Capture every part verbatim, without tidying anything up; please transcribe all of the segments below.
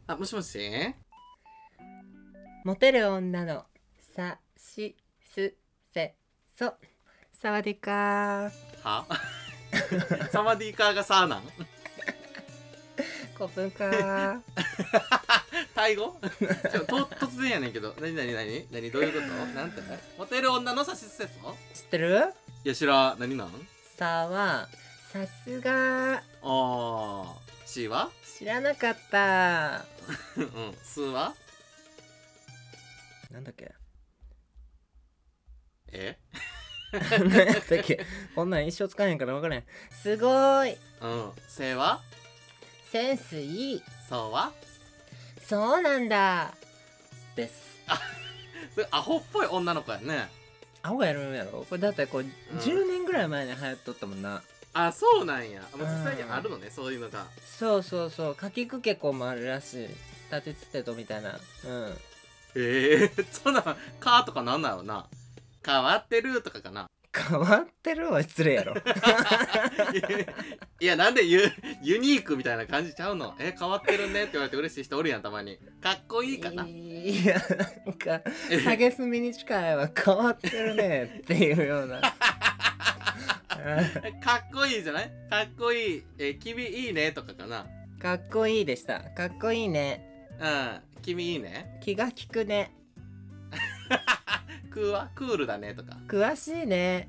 あ、もしもし。 モテる女のさしすせそ。サワディーカー。 はサマディーカーがさーなんコプンカー。 タイ語ちょと突然やねんけど。なになになになにどういうことなんてモテる女のさしすせそ。 知ってる？ いや知らん。なになんさはさすが。 あー。しは知らなかった。 うん。すはなんだっけえ何やったっけこんなん一生使えへんから分からへん。すごーい。 うん。せはセンスいい。 そうはそうなんだです。 それアホっぽい女の子やね。 アホやるんやろこれ。だってこう、 んじゅうねんぐらい前に流行っとったもんな。 あ、そうなんや。もう実際にあるのね、そういうのが。 そうそうそう。かきくけこもあるらしい。立ちつてとみたいな。うん。 ええー、そんな「か」とかなんだろうな。変わってるとかかな。 変わってるは失礼やろ。 いや、なんでユユニークみたいな感じちゃうの。え、変わってるねって言われて嬉しい人おるやん、たまに。かっこいいかな。 いや、なんか下げすみに近いは変わってるねっていうような。 かっこいいじゃない。かっこいい。え、君いいねとかかな。 かっこいいでした。かっこいいね。 うん。君いいね。 気が利くね。 クーはクールだねとか。 詳しいね。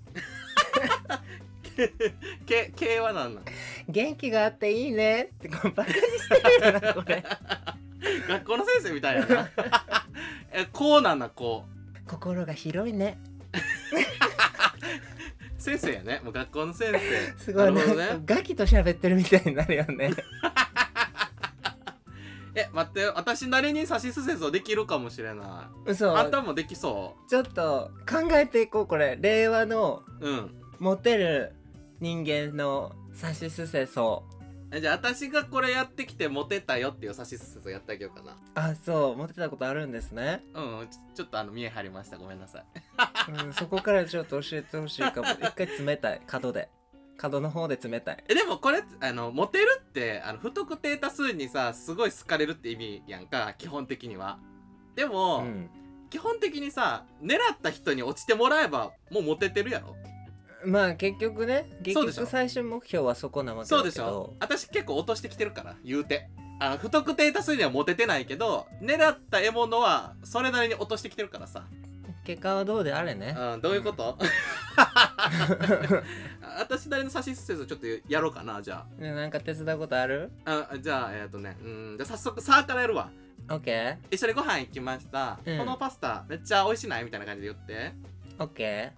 け、けはなんなん。 元気があっていいねってこうバカにしてるよなこれ。 学校の先生みたいやな。え、こうなんだ、こう。 心が広いね。 先生やね。もう学校の先生。 すごい、 なるほどね。 なんかガキと喋ってるみたいになるよね。 え、待ってよ。私なりにさしすせそできるかもしれない。 嘘。 あんたもできそちょっと考えていこうこれ。令和のう。うん。 モテる人間のさしすせそ。 え、じゃあ私がこれやってきてモテたよっていうさしすせそやってあげようかな。 あ、そう、モテたことあるんですね。 うんち、ちょっとあの見え張りました。ごめんなさい。 うん、そこからちょっと教えてほしいかも。一回冷たい。角で。角の方で冷たい。 え、でもこれ、あの、モテるって、あの、不特定多数にさ、すごい好かれるって意味やんか、基本的には。でも、 うん、 基本的にさ、狙った人に落ちてもらえば、もうモテてるやろ。 まあ結局ね、結そうでしょ局最終目標はそこなわけだけど。 そうでしょ。私結構落としてきてるから、言うて。あの、不特定多数にはモテてないけど、狙った獲物は、それなりに落としてきてるからさ。 結果はどうであれね。 うん、どういうこと、私なりのさしすせそちょっとやろうかな、じゃね、なんか手伝うことある？ あ。あ、じゃあ、えっ、ー、とね、うん、じゃあ早速、さーからやるわ。 オッケー。 一緒にご飯行きました、 うん、 このパスタめっちゃ美味しないみたいな感じで言って。 オッケー。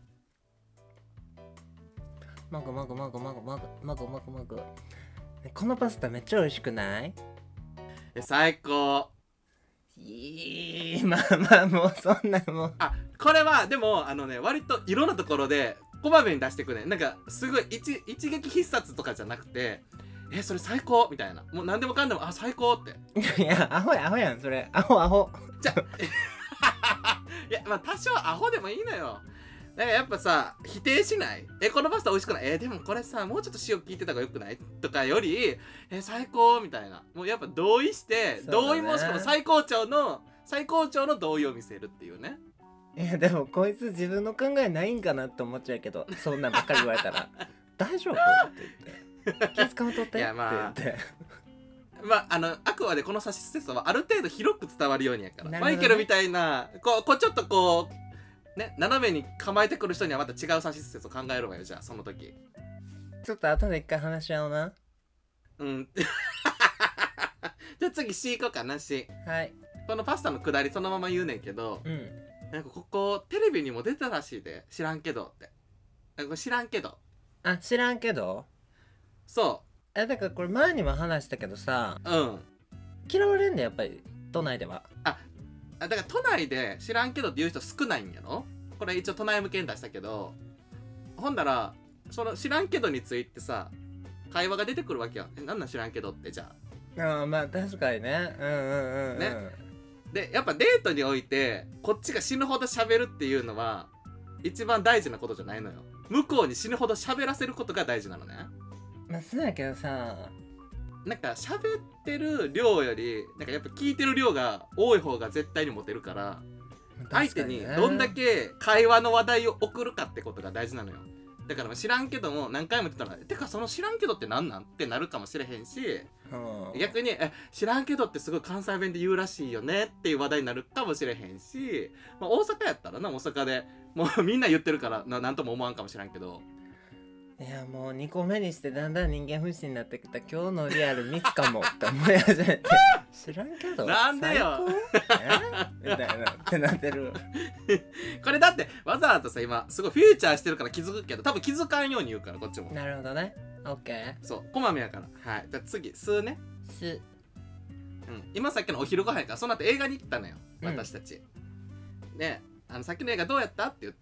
もぐもぐもぐもぐもぐもぐもぐもぐ。このパスタめっちゃ美味しくない？ え、最高。 いい、まあまあ、もうそんなもう。 あ、これはでもあのね、割といろんなところでこまめに出してくね。なんかすごい一一撃必殺とかじゃなくて、え、それ最高みたいな、もう何でもかんでも、あ、最高って。 いや、アホやアホやんそれ。アホアホ。 じゃいや、まあ多少アホでもいいのよ。だからやっぱさ、否定しない。え、このパスタ美味しくない。え、でもこれさ、もうちょっと塩効いてた方がよくないとかより、え、最高みたいな。もうやっぱ同意して、 そうだね、 同意もしかも最高潮の最高潮の同意を見せるっていうね。 いやでもこいつ自分の考えないんかなって思っちゃうけど、そんなんばっかり言われたら大丈夫って言って気使うとっていやまあって言ってまあ、あの、あくまでこのさしすせそはある程度広く伝わるようにやから、 ね、 マイケルみたいな、こう、こうちょっとこう、ね、斜めに構えてくる人にはまた違うさしすせそ考えるわよ、じゃあ、その時。 ちょっと後で一回話し合おうな。 うん。じゃあ次 C 行こうかな、C。 はい。 このパスタのくだりそのまま言うねんけど、 うん。 なんかここ、テレビにも出たらしいで、知らんけどって。なんか知らんけど。 あ、知らんけど。 そえ、だからこれ前にも話したけどさ、 う。うん。 嫌われんねやっぱり都内では。 あ、だから都内で知らんけどって言う人少ないんやろ。これ一応都内向けに出したけど、ほんだらその知らんけどについてさ、会話が出てくるわけよ。え、なんなん知らんけどってじゃあ。 ああ、まあ確かにね。うんうんうんうん。 ね。で、やっぱデートにおいてこっちが死ぬほど喋るっていうのは一番大事なことじゃないのよ。向こうに死ぬほど喋らせることが大事なのね。 まあそうやけどさ、 なんか喋ってる量よりなんかやっぱ聞いてる量が多い方が絶対にモテるから、相手にどんだけ会話の話題を送るかってことが大事なのよ。だから知らんけども何回も言ってたらてかその知らんけどってなんなんってなるかもしれへんし、うん、逆にえ知らんけどってすごい関西弁で言うらしいよねっていう話題になるかもしれへんし、まあ、大阪やったらな大阪でもうみんな言ってるからななんとも思わんかもしれんけど、 いやもうにこめにしてだんだん人間不信になってきた今日のリアルミスかもって思い始めて知らんけどなんでよみたいなってなってるこれだってわざわざさ今すごいフューチャーしてるから気づくけど多分気づかんように言うからこっちも。 なるほどね。オッケー。 そうこまめやから。はい。じゃあ次数ね。 す、 うん、今さっきのお昼ご飯やからその後映画に行ったのよ私たち、うん、ねあのさっきの映画どうやったって言って。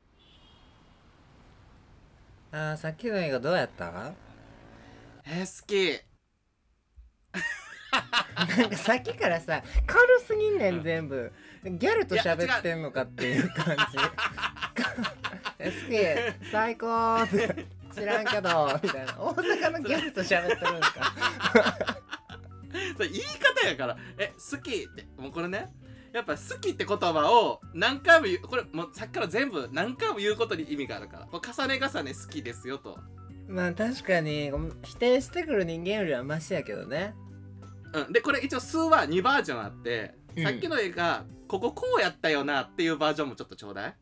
あーさっきの映画どうやった？ えー、好きなんかさっきからさ軽すぎんねん全部、うん、ギャルと喋ってんのかっていう感じ好き最高って知らんけどみたいな大阪のギャルと喋ってるんかそれ言い方やからえ好きってもうこれねやっぱ好きって言葉を何回も言うこれもうさっきから全部何回も言うことに意味があるからこれ重ね重ね好きですよと。 まあ確かに否定してくる人間よりはマシやけどね。 うん、でこれ一応数はにバージョンあって、うん、さっきの映画こここうやったよなっていうバージョンもちょっとちょうだい。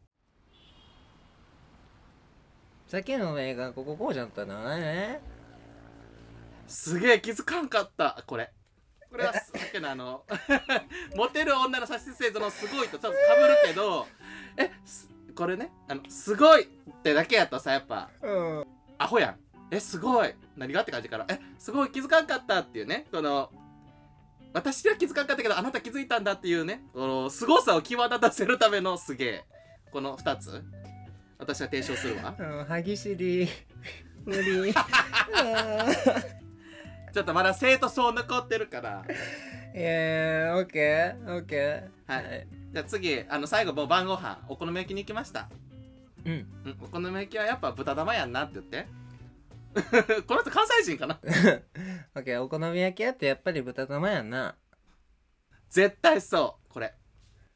さっきの映画こここうじゃったなね。 すげえ気づかんかったこれこれはさっきのあのモテる女の指し製造のすごいとちょっとかぶるけどえこれねあのすごいってだけやとさやっぱ、うん、アホやん。えすごい何がって感じからえすごい気づかんかったっていうねこの私は気づかんかったけどあなた気づいたんだっていうねこの凄さを際立たせるためのすげえこのふたつ私は提唱するわ。 うん、歯ぎしり無理ちょっとまだ生徒層残ってるからいやーオッケーオッケーはい、はい、じゃあ次あの最後もう晩ご飯お好み焼きに行きました。 うん、 うん、お好み焼きはやっぱ豚玉やんなって言ってこの人関西人かなオッケーお好み焼き屋ってやっぱり豚玉やんな。 絶対そうこれ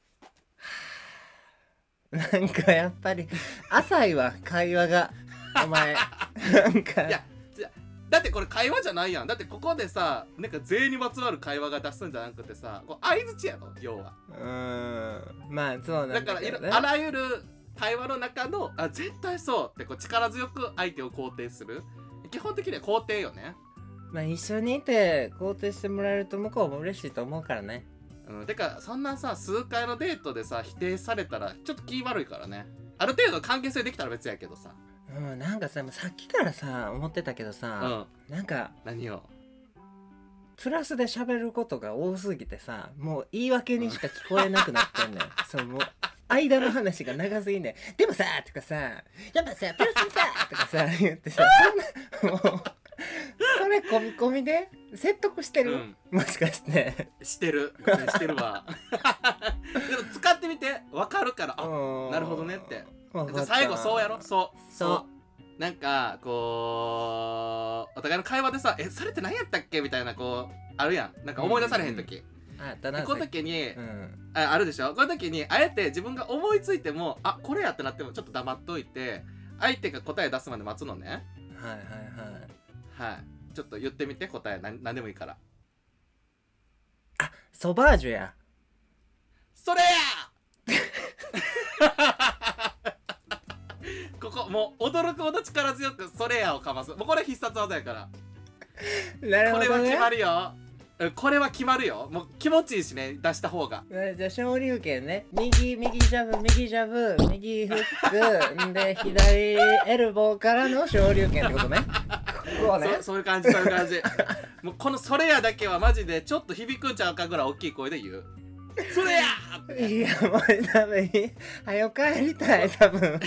なんかやっぱり浅いわ会話がお前なんかいやだってこれ会話じゃないやん。だってここでさなんか税にまつわる会話が出すんじゃなくてさこう相づちやろ要は。 うーんまあそうなんだけど、ね、 だからあらゆる会話の中のあ絶対そうってこう力強く相手を肯定する基本的には肯定よね。 まあ一緒にいて肯定してもらえると向こうも嬉しいと思うからね。 うん、てかそんなさ数回のデートでさ否定されたらちょっと気悪いからね。ある程度関係性できたら別やけどさ。 うん、なんかささっきからさ思ってたけどさ、うん、なんか何をプラスで喋ることが多すぎてさもう言い訳にしか聞こえなくなってんねんそうもう間の話が長すぎんねんでもさとかさやっぱさプラスにさとかさ言ってさそんなもうそれ込み込みで説得してる、うん、もしかしてしてるしてるわでも使ってみて分かるからあなるほどねってじゃ最後そうやろそうそうなんかこうお互いの会話でさえそれって何やったっけみたいなこうあるやんなんか思い出されへん時、うんうん、あだなこの時に、うん、あ, あるでしょこの時にあえて自分が思いついてもあこれやってなってもちょっと黙っといて相手が答え出すまで待つのね。 はいはいはいはいちょっと言ってみて答え何何でもいいから。 あソバージュやそれやここもう驚くほど力強くそれやをかます。もうこれ必殺技やからなるほど、ね、 これは決まるよこれは決まるよもう気持ちいいしね出した方が。 じゃあ昇竜拳ね右右ジャブ右ジャブ右フックで左エルボーからの昇竜拳ってことねこうねそ, そういう感じそういう感じもうこのそれやだけはマジでちょっと響くんちゃうかぐらい大きい声で言うそれやーいやもう多分早く帰りたい多分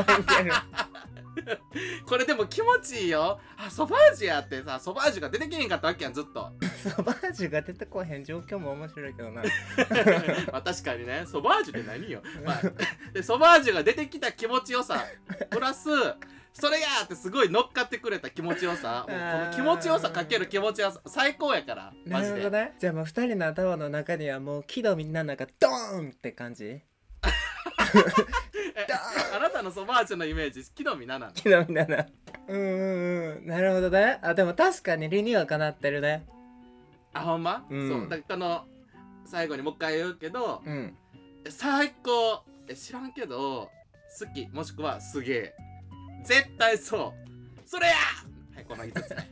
これでも気持ちいいよ。あソバージュやってさソバージュが出てけへんかったわけやんずっとソバージュが出てこへん状況も面白いけどなまあ確かにねソバージュって何よ、まあ、でソバージュが出てきた気持ちよさプラスそれやーってすごい乗っかってくれた気持ちよさ、もうこの気持ちよさかける気持ちよさ最高やからなマジで。 るほどね。じゃあもうふたりの頭の中にはもう喜怒みんななんかドーンって感じ。 えあなたのソバーチュのイメージ木の実ななの。 喜怒みんななうんうんうんなるほどね。あでも確かに理にはかなってるね。 あほんま、 うんそうだからこの最後にもう一回言うけど、 うん最高え知らんけど好きもしくはすげえ絶対そうそれやはいこのいつつね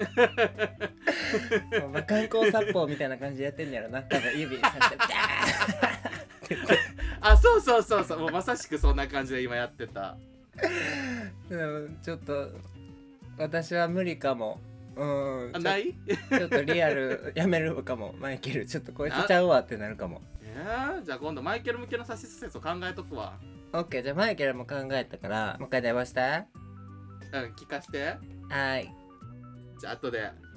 もうまあ観光殺法みたいな感じでやってんねやろな多分指さしてダーって言ってあそうそうそうそうもうまさしくそんな感じで今やってた。 うんちょっと私は無理かも。うんちょあないちょっとリアルやめるかもマイケルちょっとこいつちゃうわってなるかも。 えー、じゃあ今度マイケル向けのサシス説を考えとくわ。 オッケーじゃあマイケルも考えたからもう一回電話して。 うん聞かして。 はいじゃあ後で